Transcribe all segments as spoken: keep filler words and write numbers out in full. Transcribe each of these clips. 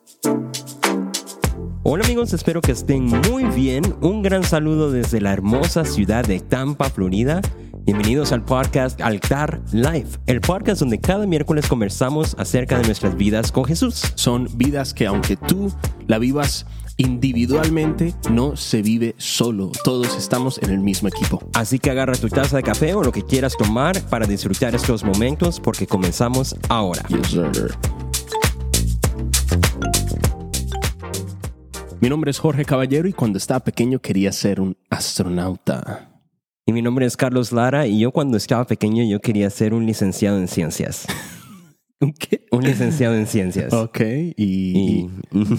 Hola amigos, espero que estén muy bien. Un gran saludo desde la hermosa ciudad de Tampa, Florida. Bienvenidos al podcast Altar Life, el podcast donde cada miércoles conversamos acerca de nuestras vidas con Jesús. Son vidas que aunque tú la vivas individualmente, no se vive solo. Todos estamos en el mismo equipo. Así que agarra tu taza de café o lo que quieras tomar para disfrutar estos momentos porque comenzamos ahora. Yes, sir. Mi nombre es Jorge Caballero y cuando estaba pequeño quería ser un astronauta. Y mi nombre es Carlos Lara y yo cuando estaba pequeño yo quería ser un licenciado en ciencias. ¿Un qué? Un licenciado en ciencias. Ok, y... y,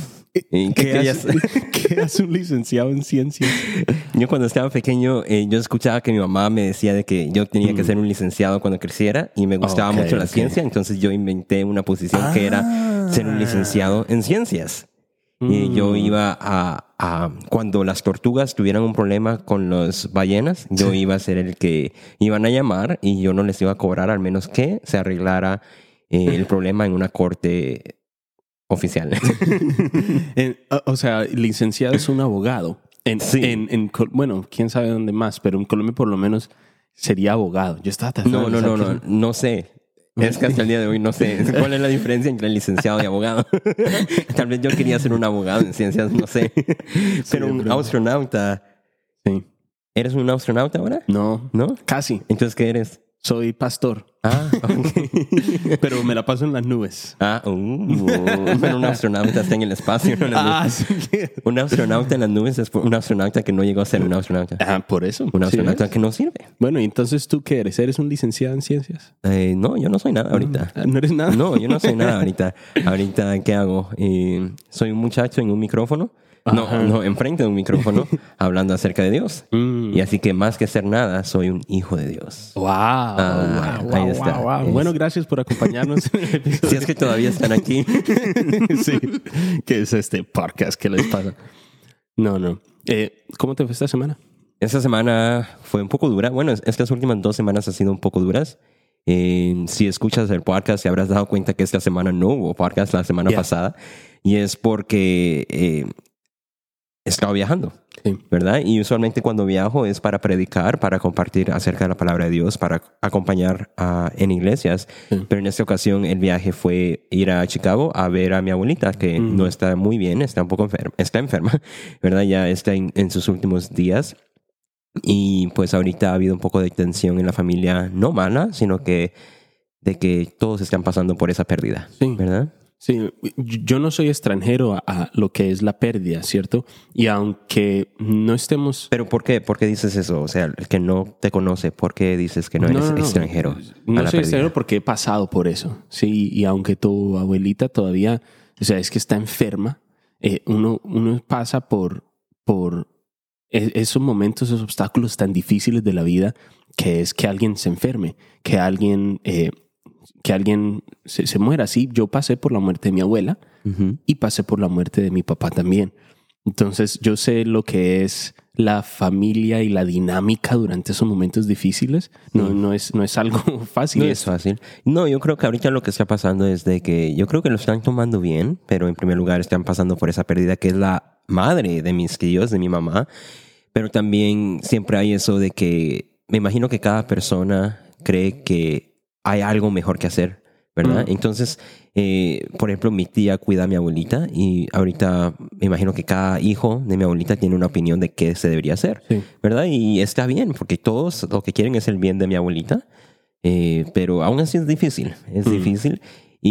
y ¿qué, ¿Qué, querías? hace, ¿Qué hace un licenciado en ciencias? Yo cuando estaba pequeño eh, yo escuchaba que mi mamá me decía de que yo tenía que Mm. ser un licenciado cuando creciera y me gustaba Ok, mucho la ok. ciencia, entonces yo inventé una posición que era ser un licenciado en ciencias. Y yo iba a, a... Cuando las tortugas tuvieran un problema con las ballenas, yo Sí. iba a ser el que iban a llamar y yo no les iba a cobrar al menos que se arreglara eh, el problema en una corte oficial. En- o sea, licenciado es un abogado. En, Sí. en, en Col- bueno, quién sabe dónde más, pero en Colombia por lo menos sería abogado. Yo estaba tratando No, no, de no, pensar no, no sé. Es que hasta el día de hoy no sé cuál es la diferencia entre licenciado y abogado. Tal vez yo quería ser un abogado en ciencias, no sé. Pero un pero- astronauta... que- Sí. ¿Eres un astronauta ahora? No, ¿No? casi. Entonces, ¿qué eres? Soy pastor, Ah, ok. pero me la paso en las nubes. Ah, uh, pero un astronauta está en el espacio, no en las Ah, nubes. sí que- Un astronauta en las nubes es un astronauta que no llegó a ser un astronauta. Ah, por eso. Un ¿Sí astronauta ves? que no sirve. Bueno, y entonces ¿tú qué eres? ¿Eres un licenciado en ciencias? Eh, no, yo no soy nada ahorita. Ah, ¿No eres nada? No, yo no soy nada ahorita. Ahorita, ¿qué hago? Eh, soy un muchacho en un micrófono. No, Ajá. no, enfrente de un micrófono, hablando acerca de Dios. Mm. Y así que más que ser nada, soy un hijo de Dios. Wow, Ah, wow, ahí wow, está. wow, wow. Es- Bueno, gracias por acompañarnos en el episodio. Si es que todavía están aquí. Sí, ¿qué es este podcast? ¿Qué les pasa? No, no. Eh, ¿Cómo te fue esta semana? Esta semana fue un poco dura. Bueno, es- estas últimas dos semanas han sido un poco duras. Eh, si escuchas el podcast, te habrás dado cuenta que esta semana no hubo podcast la semana Yeah. pasada. Y es porque eh, he estado viajando, Sí. ¿verdad? Y usualmente cuando viajo es para predicar, para compartir acerca de la palabra de Dios, para acompañar a- en iglesias. Sí. Pero en esta ocasión el viaje fue ir a Chicago a ver a mi abuelita, que Mm. no está muy bien, está un poco enferma, está enferma, ¿verdad? Ya está en, en sus últimos días. Y pues ahorita ha habido un poco de tensión en la familia, no mala, sino que de que todos están pasando por esa pérdida, Sí. ¿verdad? Sí, yo no soy extranjero a, a lo que es la pérdida, ¿cierto? Y aunque no estemos... Pero ¿por qué? ¿Por qué dices eso? O sea, el que no te conoce, ¿por qué dices que no eres extranjero? No a la soy pérdida? extranjero porque he pasado por eso, sí. Y aunque tu abuelita todavía, o sea, es que está enferma, eh, uno, uno pasa por, por e- esos momentos, esos obstáculos tan difíciles de la vida, que es que alguien se enferme, que alguien... eh, que alguien se, se muera. Sí, yo pasé por la muerte de mi abuela Ujú. y pasé por la muerte de mi papá también. Entonces yo sé lo que es la familia y la dinámica durante esos momentos difíciles. No, no, es, no es algo fácil. No es fácil. No, yo creo que ahorita lo que está pasando es de que yo creo que lo están tomando bien, pero en primer lugar están pasando por esa pérdida que es la madre de mis tíos, de mi mamá. Pero también siempre hay eso de que me imagino que cada persona cree que hay algo mejor que hacer, ¿verdad? Mm. Entonces, eh, por ejemplo, mi tía cuida a mi abuelita y ahorita me imagino que cada hijo de mi abuelita tiene una opinión de qué se debería hacer, Sí. ¿verdad? Y está bien, porque todos lo que quieren es el bien de mi abuelita, eh, pero aún así es difícil, es Mm. difícil.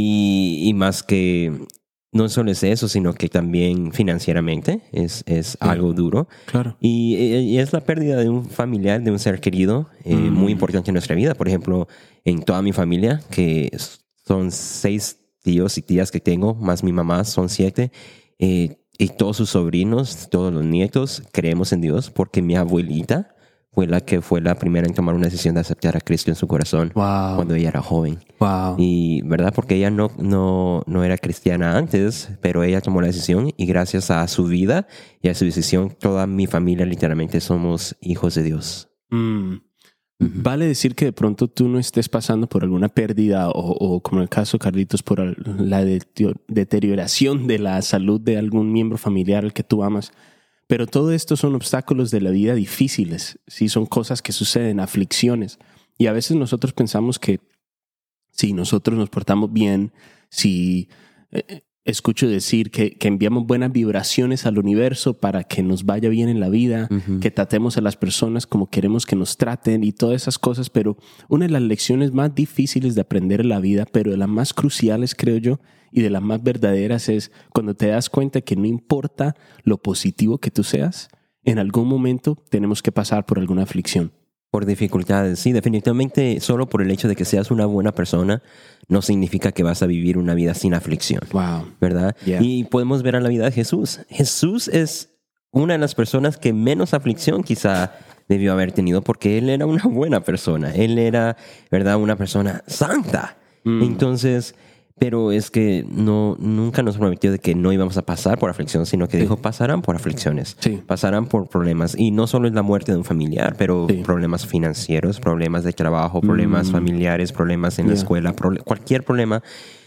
Y, y más que no solo es eso, sino que también financieramente es, es algo duro. Claro. Y, y es la pérdida de un familiar, de un ser querido, eh, Mm. muy importante en nuestra vida. Por ejemplo, en toda mi familia, que son seis tíos y tías que tengo, más mi mamá, son siete, eh, y todos sus sobrinos, todos los nietos, creemos en Dios porque mi abuelita fue la que fue la primera en tomar una decisión de aceptar a Cristo en su corazón Wow. cuando ella era joven. Wow. Y, ¿verdad? Porque ella no, no, no era cristiana antes, pero ella tomó la decisión y gracias a su vida y a su decisión, toda mi familia literalmente somos hijos de Dios. Mm. Uh-huh. Vale decir que de pronto tú no estés pasando por alguna pérdida o, o como en el caso de Carlitos, por la deterioración de la salud de algún miembro familiar al que tú amas. Pero todo esto son obstáculos de la vida difíciles, ¿sí? Son cosas que suceden, aflicciones. Y a veces nosotros pensamos que si nosotros nos portamos bien, si eh, escucho decir que, que enviamos buenas vibraciones al universo para que nos vaya bien en la vida, uh-huh. que tratemos a las personas como queremos que nos traten y todas esas cosas, pero una de las lecciones más difíciles de aprender en la vida, pero de las más cruciales, creo yo, y de las más verdaderas es cuando te das cuenta que no importa lo positivo que tú seas, en algún momento tenemos que pasar por alguna aflicción. Por dificultades, sí, definitivamente solo por el hecho de que seas una buena persona no significa que vas a vivir una vida sin aflicción. Wow. ¿Verdad? Yeah. Y podemos ver a la vida de Jesús. Jesús es una de las personas que menos aflicción quizá debió haber tenido porque él era una buena persona. Él era, ¿verdad?, una persona santa. Mm. Entonces, pero es que no, nunca nos prometió de que no íbamos a pasar por aflicción, sino que sí. dijo, pasarán por aflicciones, sí. pasarán por problemas. Y no solo es la muerte de un familiar, pero sí. problemas financieros, problemas de trabajo, problemas mm. familiares, problemas en yeah. la escuela, pro- cualquier problema.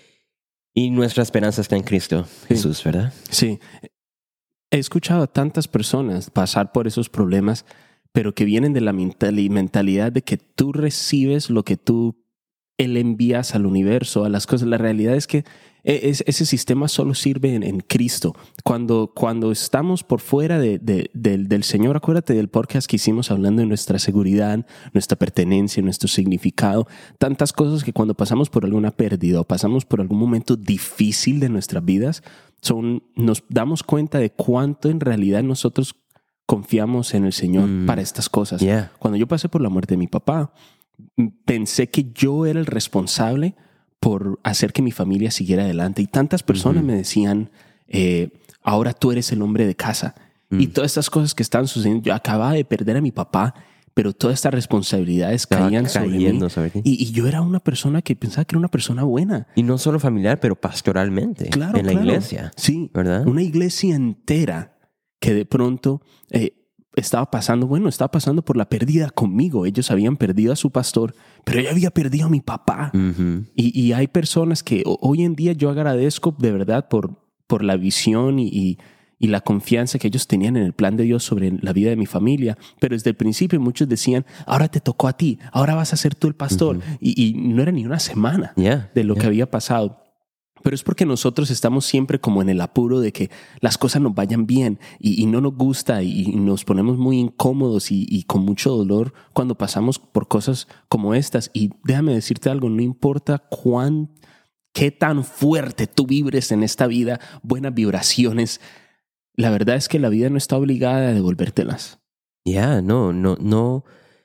Y nuestra esperanza está en Cristo, sí. Jesús, ¿verdad? Sí. He escuchado a tantas personas pasar por esos problemas, pero que vienen de la mentalidad de que tú recibes lo que tú Él envías al universo, a las cosas. La realidad es que es, ese sistema solo sirve en, en Cristo. Cuando, cuando estamos por fuera de, de, de, del Señor, acuérdate del podcast que hicimos hablando de nuestra seguridad, nuestra pertenencia, nuestro significado, tantas cosas que cuando pasamos por alguna pérdida o pasamos por algún momento difícil de nuestras vidas, son, nos damos cuenta de cuánto en realidad nosotros confiamos en el Señor mm. para estas cosas. Yeah. Cuando yo pasé por la muerte de mi papá, pensé que yo era el responsable por hacer que mi familia siguiera adelante. Y tantas personas uh-huh. me decían, eh, ahora tú eres el hombre de casa. Uh-huh. Y todas estas cosas que estaban sucediendo. Yo acababa de perder a mi papá, pero todas estas responsabilidades Estaba caían sobre mí. Sobre y, y yo era una persona que pensaba que era una persona buena. Y no solo familiar, pero pastoralmente. Claro, en la claro. iglesia. Sí, ¿verdad? Una iglesia entera que de pronto... Eh, estaba pasando, bueno, estaba pasando por la pérdida conmigo. Ellos habían perdido a su pastor, pero yo había perdido a mi papá. Uh-huh. Y, y hay personas que hoy en día yo agradezco de verdad por, por la visión y, y, y la confianza que ellos tenían en el plan de Dios sobre la vida de mi familia. Pero desde el principio muchos decían, ahora te tocó a ti, ahora vas a ser tú el pastor. Uh-huh. Y, y no era ni una semana yeah, de lo yeah. que había pasado. Pero es porque nosotros estamos siempre como en el apuro de que las cosas nos vayan bien y, y no nos gusta y, y nos ponemos muy incómodos y, y con mucho dolor cuando pasamos por cosas como estas. Y déjame decirte algo, no importa cuán, qué tan fuerte tú vibres en esta vida, buenas vibraciones, la verdad es que la vida no está obligada a devolvértelas. Ya, yeah, no, no, no.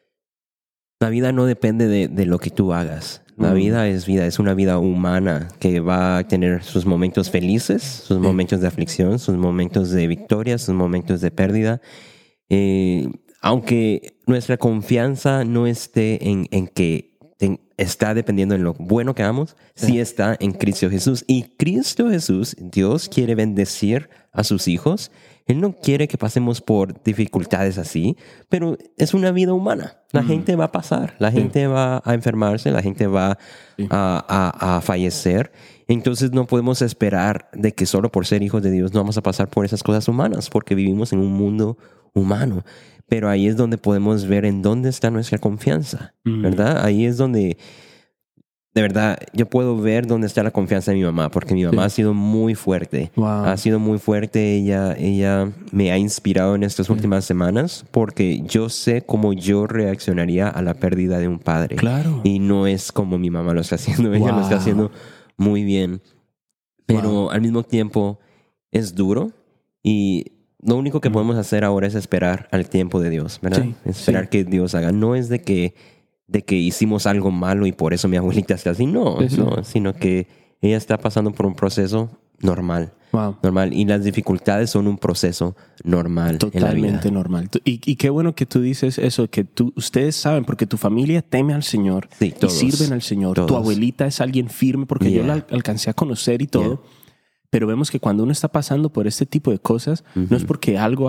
La vida no depende de, de lo que tú hagas. La vida es vida, es una vida humana que va a tener sus momentos felices, sus momentos de aflicción, sus momentos de victoria, sus momentos de pérdida. Eh, aunque nuestra confianza no esté en, en que en, está dependiendo en lo bueno que hagamos, sí. sí está en Cristo Jesús. Y Cristo Jesús, Dios quiere bendecir a sus hijos. Él no quiere que pasemos por dificultades así, pero es una vida humana. La mm. gente va a pasar, la sí. gente va a enfermarse, la gente va sí. a, a, a fallecer. Entonces no podemos esperar de que solo por ser hijos de Dios no vamos a pasar por esas cosas humanas, porque vivimos en un mundo humano. Pero ahí es donde podemos ver en dónde está nuestra confianza, mm. ¿verdad? Ahí es donde... De verdad, yo puedo ver dónde está la confianza de mi mamá, porque mi mamá sí. ha sido muy fuerte. Wow. Ha sido muy fuerte. Ella, ella me ha inspirado en estas sí. últimas semanas, porque yo sé cómo yo reaccionaría a la pérdida de un padre. Claro. Y no es como mi mamá lo está haciendo. Ella wow. lo está haciendo muy bien. Pero wow. al mismo tiempo es duro y lo único que mm. podemos hacer ahora es esperar al tiempo de Dios, ¿verdad? Sí. Esperar sí. que Dios haga. No es de que de que hicimos algo malo y por eso mi abuelita está así. No, sí, sí. no, sino que ella está pasando por un proceso normal. Wow. Normal. Y las dificultades son un proceso normal. Totalmente en la vida. normal. Y, y qué bueno que tú dices eso, que tú, ustedes saben, porque tu familia teme al Señor sí, todos, y sirven al Señor. Todos. Tu abuelita es alguien firme, porque yeah. yo la alcancé a conocer y todo. Yeah. Pero vemos que cuando uno está pasando por este tipo de cosas, uh-huh. no es porque algo hay,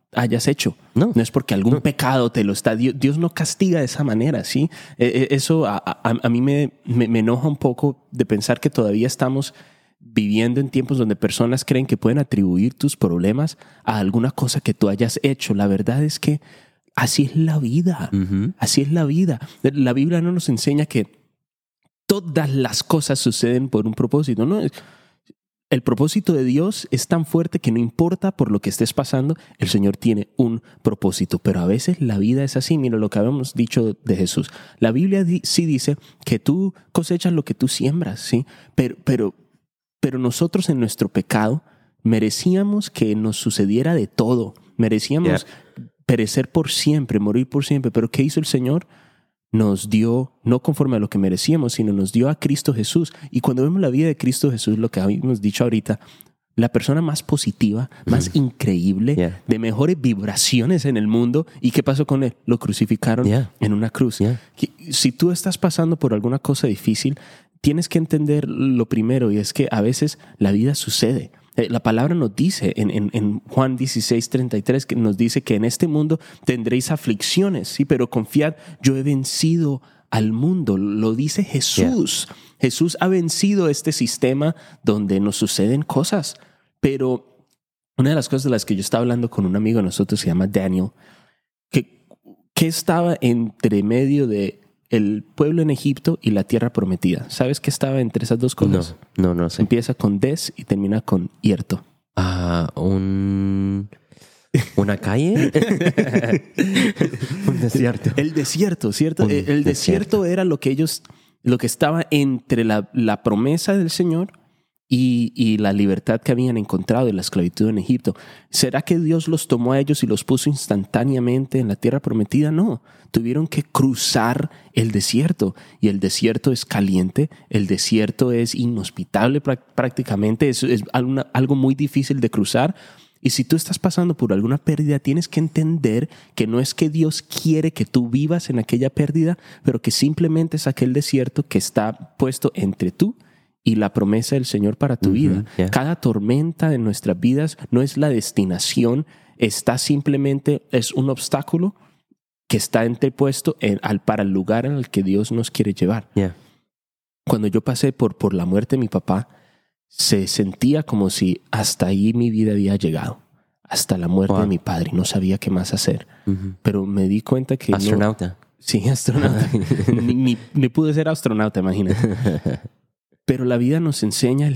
hayas hecho. No. No es porque algún No. pecado te lo está... Dios, Dios no castiga de esa manera, ¿sí? Eh, eh, eso a, a, a mí me, me, me enoja un poco de pensar que todavía estamos viviendo en tiempos donde personas creen que pueden atribuir tus problemas a alguna cosa que tú hayas hecho. La verdad es que así es la vida. Ujú. Así es la vida. La Biblia no nos enseña que todas las cosas suceden por un propósito, ¿no? El propósito de Dios es tan fuerte que no importa por lo que estés pasando, el Señor tiene un propósito. Pero a veces la vida es así. Mira lo que habíamos dicho de Jesús. La Biblia di- sí dice que tú cosechas lo que tú siembras, ¿sí? Pero, pero, pero nosotros en nuestro pecado merecíamos que nos sucediera de todo. Merecíamos Yeah. perecer por siempre, morir por siempre. Pero ¿qué hizo el Señor? Nos dio, no conforme a lo que merecíamos, sino nos dio a Cristo Jesús. Y cuando vemos la vida de Cristo Jesús, lo que habíamos dicho ahorita, la persona más positiva, más increíble, Yeah. de mejores vibraciones en el mundo. ¿Y qué pasó con él? Lo crucificaron Yeah. en una cruz. Yeah. Si tú estás pasando por alguna cosa difícil, tienes que entender lo primero, y es que a veces la vida sucede. La palabra nos dice en, en, en Juan dieciséis, treinta y tres, que nos dice que en este mundo tendréis aflicciones, sí, pero confiad, yo he vencido al mundo. Lo dice Jesús. Yeah. Jesús ha vencido este sistema donde nos suceden cosas. Pero una de las cosas de las que yo estaba hablando con un amigo de nosotros, se llama Daniel, que, que estaba entre medio de el pueblo en Egipto y la tierra prometida. ¿Sabes qué estaba entre esas dos cosas? No, no, no sé. Empieza con des y termina con hierto. Ah, un... ¿Una calle? Un desierto. El desierto, ¿cierto? Un el el desierto, desierto era lo que ellos, lo que estaba entre la, la promesa del Señor y, y la libertad que habían encontrado de la esclavitud en Egipto. ¿Será que Dios los tomó a ellos y los puso instantáneamente en la tierra prometida? No, tuvieron que cruzar el desierto, y el desierto es caliente, el desierto es inhospitable prácticamente, es, es alguna, algo muy difícil de cruzar. Y si tú estás pasando por alguna pérdida, tienes que entender que no es que Dios quiere que tú vivas en aquella pérdida, pero que simplemente es aquel desierto que está puesto entre tú y la promesa del Señor para tu uh-huh, vida. Yeah. Cada tormenta de nuestras vidas no es la destinación, está simplemente, es un obstáculo que está entrepuesto en, al, para el lugar en el que Dios nos quiere llevar. Yeah. Cuando yo pasé por, por la muerte de mi papá, se sentía como si hasta ahí mi vida había llegado, hasta la muerte wow. de mi padre. No sabía qué más hacer. Uh-huh. Pero me di cuenta que... Astronauta. No, sí, astronauta. ni, ni, ni pude ser astronauta, imagínate. Pero la vida nos enseña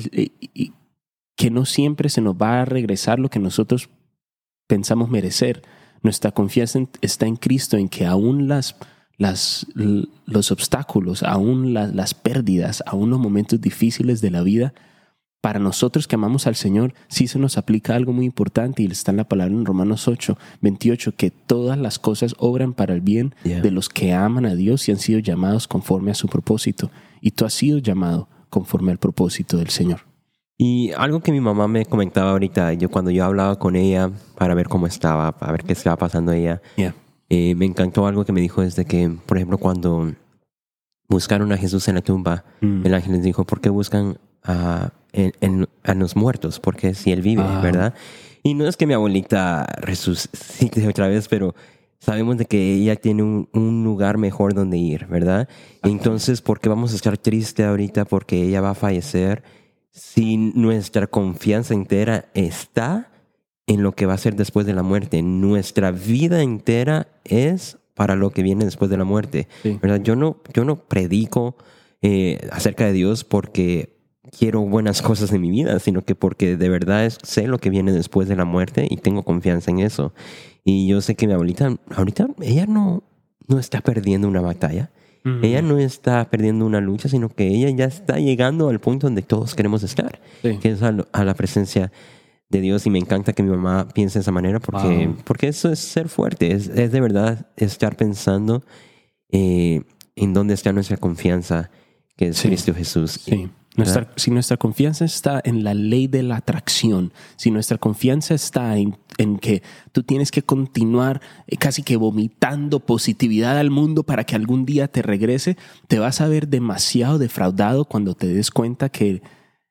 que no siempre se nos va a regresar lo que nosotros pensamos merecer. Nuestra confianza está en Cristo, en que aún las... Las, los obstáculos, aún las, las pérdidas, aún los momentos difíciles de la vida, para nosotros que amamos al Señor, sí se nos aplica algo muy importante, y está en la palabra en Romanos ocho, veintiocho, que todas las cosas obran para el bien yeah. de los que aman a Dios y han sido llamados conforme a su propósito. Y tú has sido llamado conforme al propósito del Señor. Y algo que mi mamá me comentaba ahorita, yo cuando yo hablaba con ella para ver cómo estaba, para ver qué estaba pasando ella, yeah. Eh, me encantó algo que me dijo desde que, por ejemplo, cuando buscaron a Jesús en la tumba, mm. el ángel les dijo, ¿por qué buscan a, en, en, a los muertos? Porque si él vive, ah. ¿verdad? Y no es que mi abuelita resucite otra vez, pero sabemos de que ella tiene un, un lugar mejor donde ir, ¿verdad? Ah. Entonces, ¿por qué vamos a estar tristes ahorita porque ella va a fallecer si nuestra confianza entera está en lo que va a ser después de la muerte? Nuestra vida entera es para lo que viene después de la muerte. Sí. ¿Verdad? Yo no, yo no predico eh, acerca de Dios porque quiero buenas cosas en mi vida, sino que porque de verdad es, sé lo que viene después de la muerte y tengo confianza en eso. Y yo sé que mi abuelita, ahorita, ella no, no está perdiendo una batalla. Mm. Ella no está perdiendo una lucha, sino que ella ya está llegando al punto donde todos queremos estar, sí. que es a, a la presencia de Dios. Y me encanta que mi mamá piense de esa manera porque, wow. porque eso es ser fuerte, es, es de verdad estar pensando eh, en dónde está nuestra confianza, que es sí. Cristo Jesús. Sí. Nuestra, si nuestra confianza está en la ley de la atracción, si nuestra confianza está en, en que tú tienes que continuar casi que vomitando positividad al mundo para que algún día te regrese, te vas a ver demasiado defraudado cuando te des cuenta que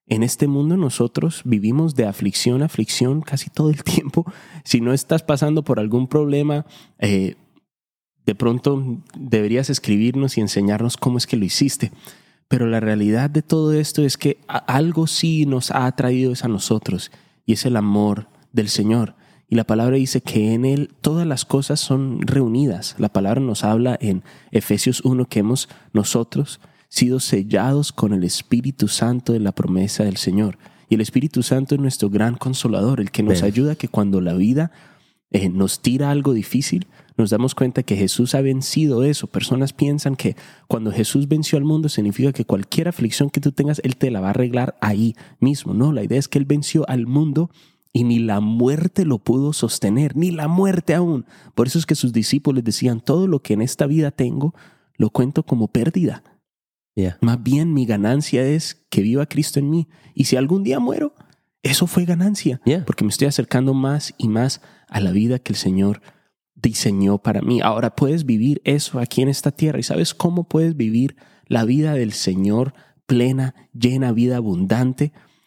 En este mundo nosotros vivimos de aflicción a aflicción casi todo el tiempo. Si no estás pasando por algún problema, eh, de pronto deberías escribirnos y enseñarnos cómo es que lo hiciste. Pero la realidad de todo esto es que algo sí nos ha atraído es a nosotros, y es el amor del Señor. Y la palabra dice que en Él todas las cosas son reunidas. La palabra nos habla en Efesios uno que hemos nosotros sido sellados con el Espíritu Santo de la promesa del Señor. Y el Espíritu Santo es nuestro gran consolador, el que nos Bien. ayuda a que cuando la vida eh, nos tira algo difícil, nos damos cuenta que Jesús ha vencido eso. Personas piensan que cuando Jesús venció al mundo significa que cualquier aflicción que tú tengas, Él te la va a arreglar ahí mismo. No, la idea es que Él venció al mundo y ni la muerte lo pudo sostener, ni la muerte aún. Por eso es que sus discípulos decían, todo lo que en esta vida tengo, lo cuento como pérdida. Yeah. Más bien mi ganancia es que viva Cristo en mí. Y si algún día muero, eso fue ganancia. Yeah. Porque me estoy acercando más y más a la vida que el Señor diseñó para mí. Ahora puedes vivir eso aquí en esta tierra. ¿Y sabes cómo puedes vivir la vida del Señor plena, llena, vida abundante?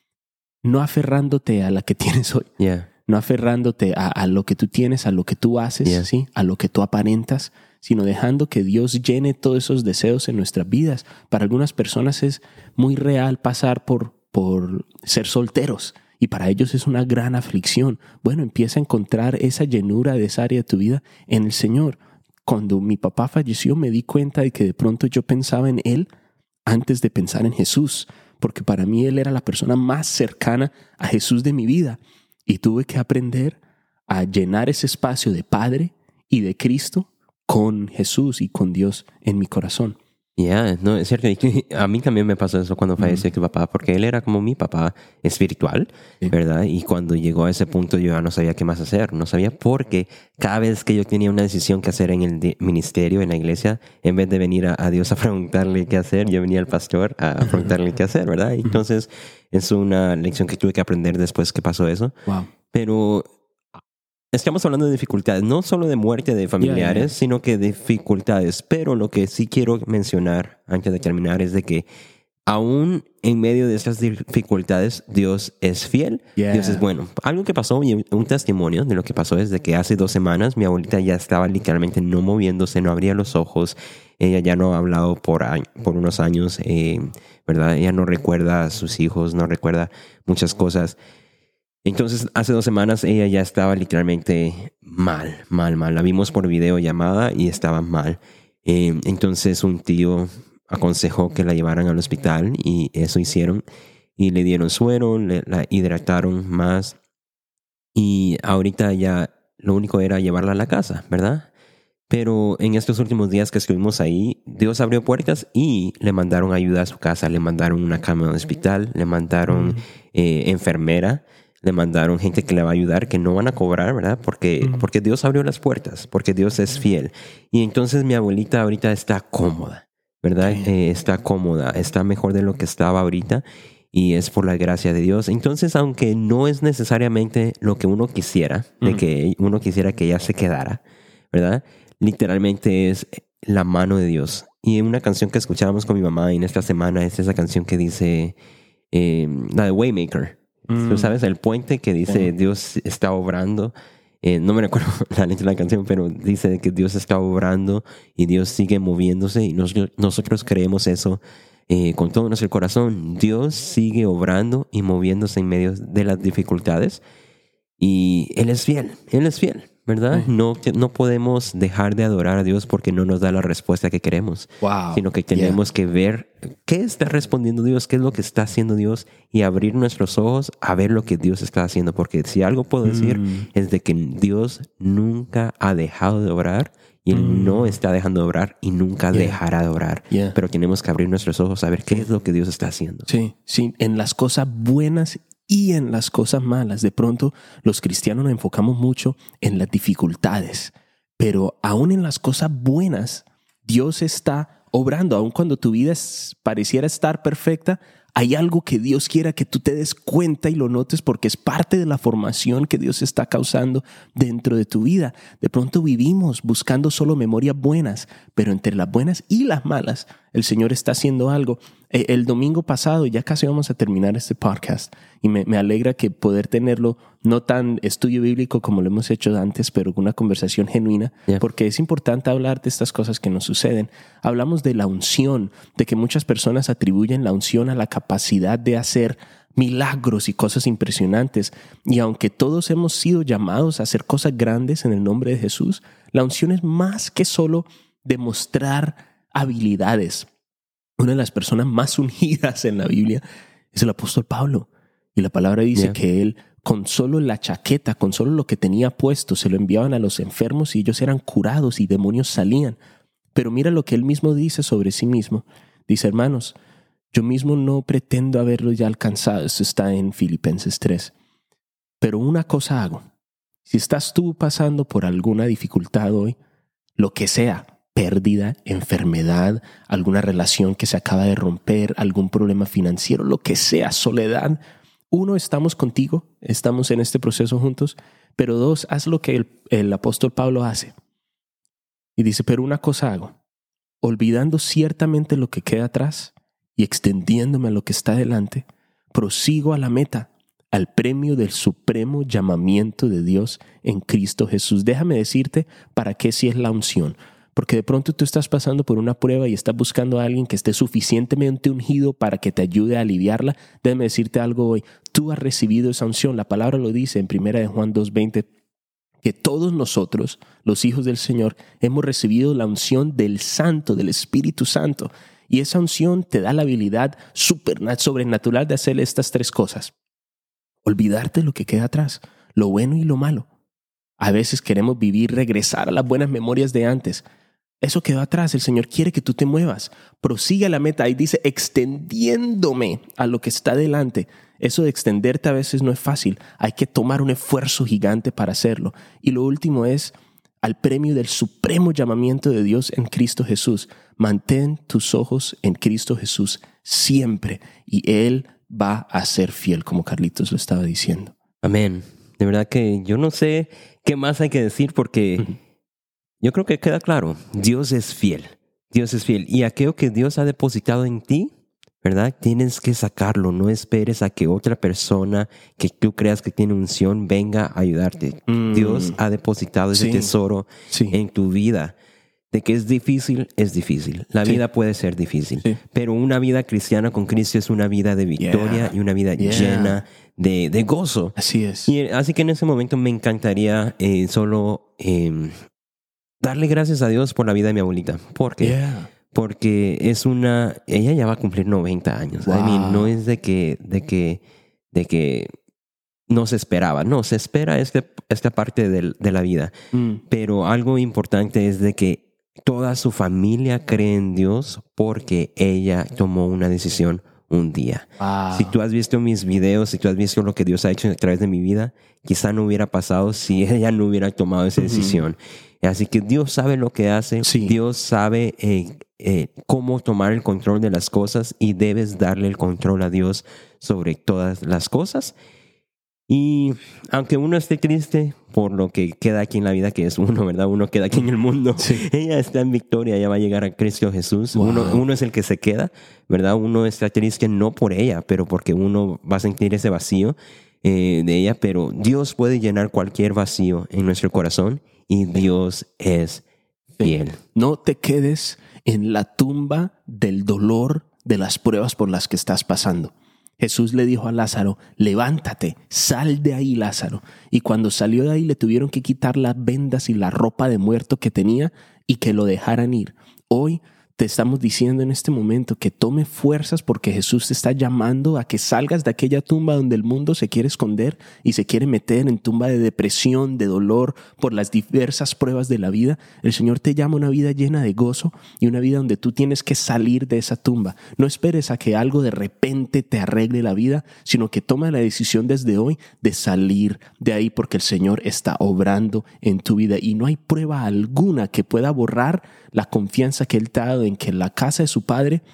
No aferrándote a la que tienes hoy. Yeah. No aferrándote a, a lo que tú tienes, a lo que tú haces, Yeah. ¿sí? A lo que tú aparentas, sino dejando que Dios llene todos esos deseos en nuestras vidas. Para algunas personas es muy real pasar por, por ser solteros, y para ellos es una gran aflicción. Bueno, empieza a encontrar esa llenura de esa área de tu vida en el Señor. Cuando mi papá falleció me di cuenta de que de pronto yo pensaba en Él antes de pensar en Jesús, porque para mí Él era la persona más cercana a Jesús de mi vida, y tuve que aprender a llenar ese espacio de Padre y de Cristo con Jesús y con Dios en mi corazón. Ya, yeah, no, es cierto. Y a mí también me pasó eso cuando falleció mm. tu papá, porque él era como mi papá espiritual, sí. ¿verdad? Y cuando llegó a ese punto yo ya no sabía qué más hacer, no sabía por qué cada vez que yo tenía una decisión que hacer en el ministerio, en la iglesia, en vez de venir a, a Dios a preguntarle qué hacer, yo venía al pastor a preguntarle qué hacer, ¿verdad? Y entonces es una lección que tuve que aprender después que pasó eso. Wow. Pero estamos hablando de dificultades, no solo de muerte de familiares, yeah, yeah. sino que de dificultades. Pero lo que sí quiero mencionar antes de terminar es de que aún en medio de estas dificultades, Dios es fiel, yeah. Dios es bueno. Algo que pasó, un testimonio de lo que pasó es de que hace dos semanas mi abuelita ya estaba literalmente no moviéndose, no abría los ojos. Ella ya no ha hablado por, por unos años, eh, ¿verdad? Ella no recuerda a sus hijos, no recuerda muchas cosas. Entonces, hace dos semanas ella ya estaba literalmente mal, mal, mal. La vimos por videollamada y estaba mal. Eh, entonces, un tío aconsejó que la llevaran al hospital y eso hicieron. Y le dieron suero, le, la hidrataron más. Y ahorita ya lo único era llevarla a la casa, ¿verdad? Pero en estos últimos días que estuvimos ahí, Dios abrió puertas y le mandaron ayuda a su casa. Le mandaron una cama al hospital, le mandaron mm. eh, enfermera. Le mandaron gente que le va a ayudar, que no van a cobrar, ¿verdad? Porque, mm. porque Dios abrió las puertas, porque Dios es fiel. Y entonces mi abuelita ahorita está cómoda, ¿verdad? Sí. Eh, está cómoda, está mejor de lo que estaba ahorita y es por la gracia de Dios. Entonces, aunque no es necesariamente lo que uno quisiera, mm. de que uno quisiera que ella se quedara, ¿verdad? Literalmente es la mano de Dios. Y en una canción que escuchábamos con mi mamá en esta semana es esa canción que dice, eh, la de Waymaker. Mm. Tú sabes, el puente que dice sí. Dios está obrando. Eh, no me recuerdo la letra de la canción, pero dice que Dios está obrando y Dios sigue moviéndose. Y nos, nosotros creemos eso eh, con todo nuestro corazón. Dios sigue obrando y moviéndose en medio de las dificultades. Y Él es fiel, Él es fiel, ¿verdad? Sí. No, no podemos dejar de adorar a Dios porque no nos da la respuesta que queremos. Wow. Sino que tenemos yeah. que ver qué está respondiendo Dios, qué es lo que está haciendo Dios y abrir nuestros ojos a ver lo que Dios está haciendo. Porque si algo puedo decir mm. es de que Dios nunca ha dejado de obrar y Él mm. no está dejando de obrar y nunca yeah. dejará de obrar. Yeah. Pero tenemos que abrir nuestros ojos a ver qué es lo que Dios está haciendo. Sí, sí, en las cosas buenas y en las cosas malas. De pronto los cristianos nos enfocamos mucho en las dificultades, pero aún en las cosas buenas Dios está obrando. Aún cuando tu vida es, pareciera estar perfecta, hay algo que Dios quiera que tú te des cuenta y lo notes porque es parte de la formación que Dios está causando dentro de tu vida. De pronto vivimos buscando solo memorias buenas, pero entre las buenas y las malas el Señor está haciendo algo. Eh, el domingo pasado, ya casi vamos a terminar este podcast, y me, me alegra que poder tenerlo, no tan estudio bíblico como lo hemos hecho antes, pero una conversación genuina, yeah. porque es importante hablar de estas cosas que nos suceden. Hablamos de la unción, de que muchas personas atribuyen la unción a la capacidad de hacer milagros y cosas impresionantes. Y aunque todos hemos sido llamados a hacer cosas grandes en el nombre de Jesús, la unción es más que solo demostrar habilidades. Una de las personas más ungidas en la Biblia es el apóstol Pablo. Y la palabra dice yeah. que él, con solo la chaqueta, con solo lo que tenía puesto, se lo enviaban a los enfermos y ellos eran curados y demonios salían. Pero mira lo que él mismo dice sobre sí mismo. Dice, hermanos, yo mismo no pretendo haberlo ya alcanzado. Esto está en Filipenses tres. Pero una cosa hago. Si estás tú pasando por alguna dificultad hoy, lo que sea, pérdida, enfermedad, alguna relación que se acaba de romper, algún problema financiero, lo que sea, soledad. Uno, estamos contigo, estamos en este proceso juntos, pero dos, haz lo que el, el apóstol Pablo hace. Y dice, pero una cosa hago, olvidando ciertamente lo que queda atrás y extendiéndome a lo que está delante, prosigo a la meta, al premio del supremo llamamiento de Dios en Cristo Jesús. Déjame decirte para qué sí es la unción. Porque de pronto tú estás pasando por una prueba y estás buscando a alguien que esté suficientemente ungido para que te ayude a aliviarla. Déjame decirte algo hoy. Tú has recibido esa unción. La palabra lo dice en primera de Juan dos veinte, que todos nosotros, los hijos del Señor, hemos recibido la unción del Santo, del Espíritu Santo. Y esa unción te da la habilidad sobrenatural de hacer estas tres cosas. Olvidarte lo que queda atrás, lo bueno y lo malo. A veces queremos vivir, regresar a las buenas memorias de antes. Eso quedó atrás. El Señor quiere que tú te muevas. Prosigue a la meta. Ahí dice, extendiéndome a lo que está delante. Eso de extenderte a veces no es fácil. Hay que tomar un esfuerzo gigante para hacerlo. Y lo último es al premio del supremo llamamiento de Dios en Cristo Jesús. Mantén tus ojos en Cristo Jesús siempre. Y Él va a ser fiel, como Carlitos lo estaba diciendo. Amén. De verdad que yo no sé qué más hay que decir porque uh-huh. yo creo que queda claro. Dios es fiel. Dios es fiel. Y aquello que Dios ha depositado en ti, ¿verdad? Tienes que sacarlo. No esperes a que otra persona que tú creas que tiene unción venga a ayudarte. Mm. Dios ha depositado ese sí. tesoro sí. en tu vida. De que es difícil, es difícil. La sí. vida puede ser difícil. Sí. Pero una vida cristiana con Cristo es una vida de victoria yeah. y una vida yeah. llena de, de gozo. Así es. Y así que en ese momento me encantaría eh, solo eh, darle gracias a Dios por la vida de mi abuelita. ¿Por qué? Yeah. Porque es una... Ella ya va a cumplir noventa años. Wow. I mean, no es de que, de que, de que no se esperaba. No, se espera este, esta parte de, de la vida. Mm. Pero algo importante es de que toda su familia cree en Dios porque ella tomó una decisión un día. Wow. Si tú has visto mis videos, si tú has visto lo que Dios ha hecho a través de mi vida, quizá no hubiera pasado si ella no hubiera tomado esa uh-huh. decisión. Así que Dios sabe lo que hace. Sí. Dios sabe eh, eh, cómo tomar el control de las cosas y debes darle el control a Dios sobre todas las cosas. Y aunque uno esté triste por lo que queda aquí en la vida, que es uno, ¿verdad? Uno queda aquí en el mundo. Sí. Ella está en victoria, ella va a llegar a Cristo Jesús. Wow. Uno, uno es el que se queda, ¿verdad? Uno está triste no por ella, pero porque uno va a sentir ese vacío eh, de ella. Pero Dios puede llenar cualquier vacío en nuestro corazón y Dios es fiel. No te quedes en la tumba del dolor de las pruebas por las que estás pasando. Jesús le dijo a Lázaro, levántate, sal de ahí, Lázaro. Y cuando salió de ahí le tuvieron que quitar las vendas y la ropa de muerto que tenía y que lo dejaran ir. Hoy te estamos diciendo en este momento que tome fuerzas porque Jesús te está llamando a que salgas de aquella tumba donde el mundo se quiere esconder y se quiere meter en tumba de depresión, de dolor por las diversas pruebas de la vida. El Señor te llama a una vida llena de gozo y una vida donde tú tienes que salir de esa tumba. No esperes a que algo de repente te arregle la vida, sino que toma la decisión desde hoy de salir de ahí porque el Señor está obrando en tu vida y no hay prueba alguna que pueda borrar la confianza que Él te ha dado en que en la casa de su Padre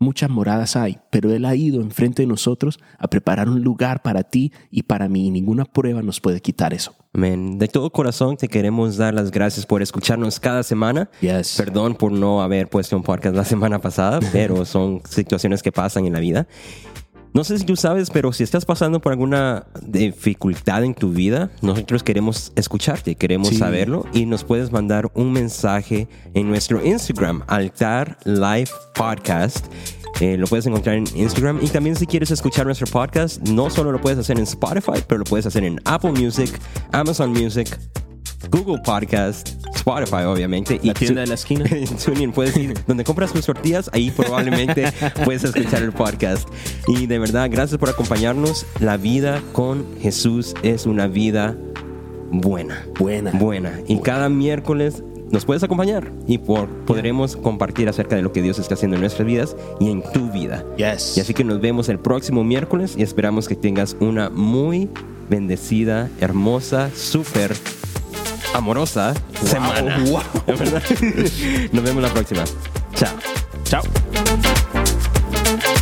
muchas moradas hay, pero Él ha ido enfrente de nosotros a preparar un lugar para ti y para mí. Y ninguna prueba nos puede quitar eso. Amén. De todo corazón te queremos dar las gracias por escucharnos cada semana. Yes. Perdón por no haber puesto un podcast la semana pasada, pero son situaciones que pasan en la vida. No sé si tú sabes, pero si estás pasando por alguna dificultad en tu vida, nosotros queremos escucharte, queremos Sí. saberlo, y nos puedes mandar un mensaje en nuestro Instagram, Altar Life Podcast. Eh, lo puedes encontrar en Instagram. Y también, si quieres escuchar nuestro podcast, no solo lo puedes hacer en Spotify, pero lo puedes hacer en Apple Music, Amazon Music, Google Podcast, Spotify, obviamente. La tienda de la esquina. TuneIn, puedes ir donde compras tus tortillas, ahí probablemente puedes escuchar el podcast. Y de verdad, gracias por acompañarnos. La vida con Jesús es una vida buena. Buena. Buena. Y cada miércoles nos puedes acompañar y por, podremos compartir acerca de lo que Dios está haciendo en nuestras vidas y en tu vida. Yes. Y así que nos vemos el próximo miércoles y esperamos que tengas una muy bendecida, hermosa, súper amorosa Wow, semana. wow. ¿Verdad? Nos vemos la próxima. Chao. Chao.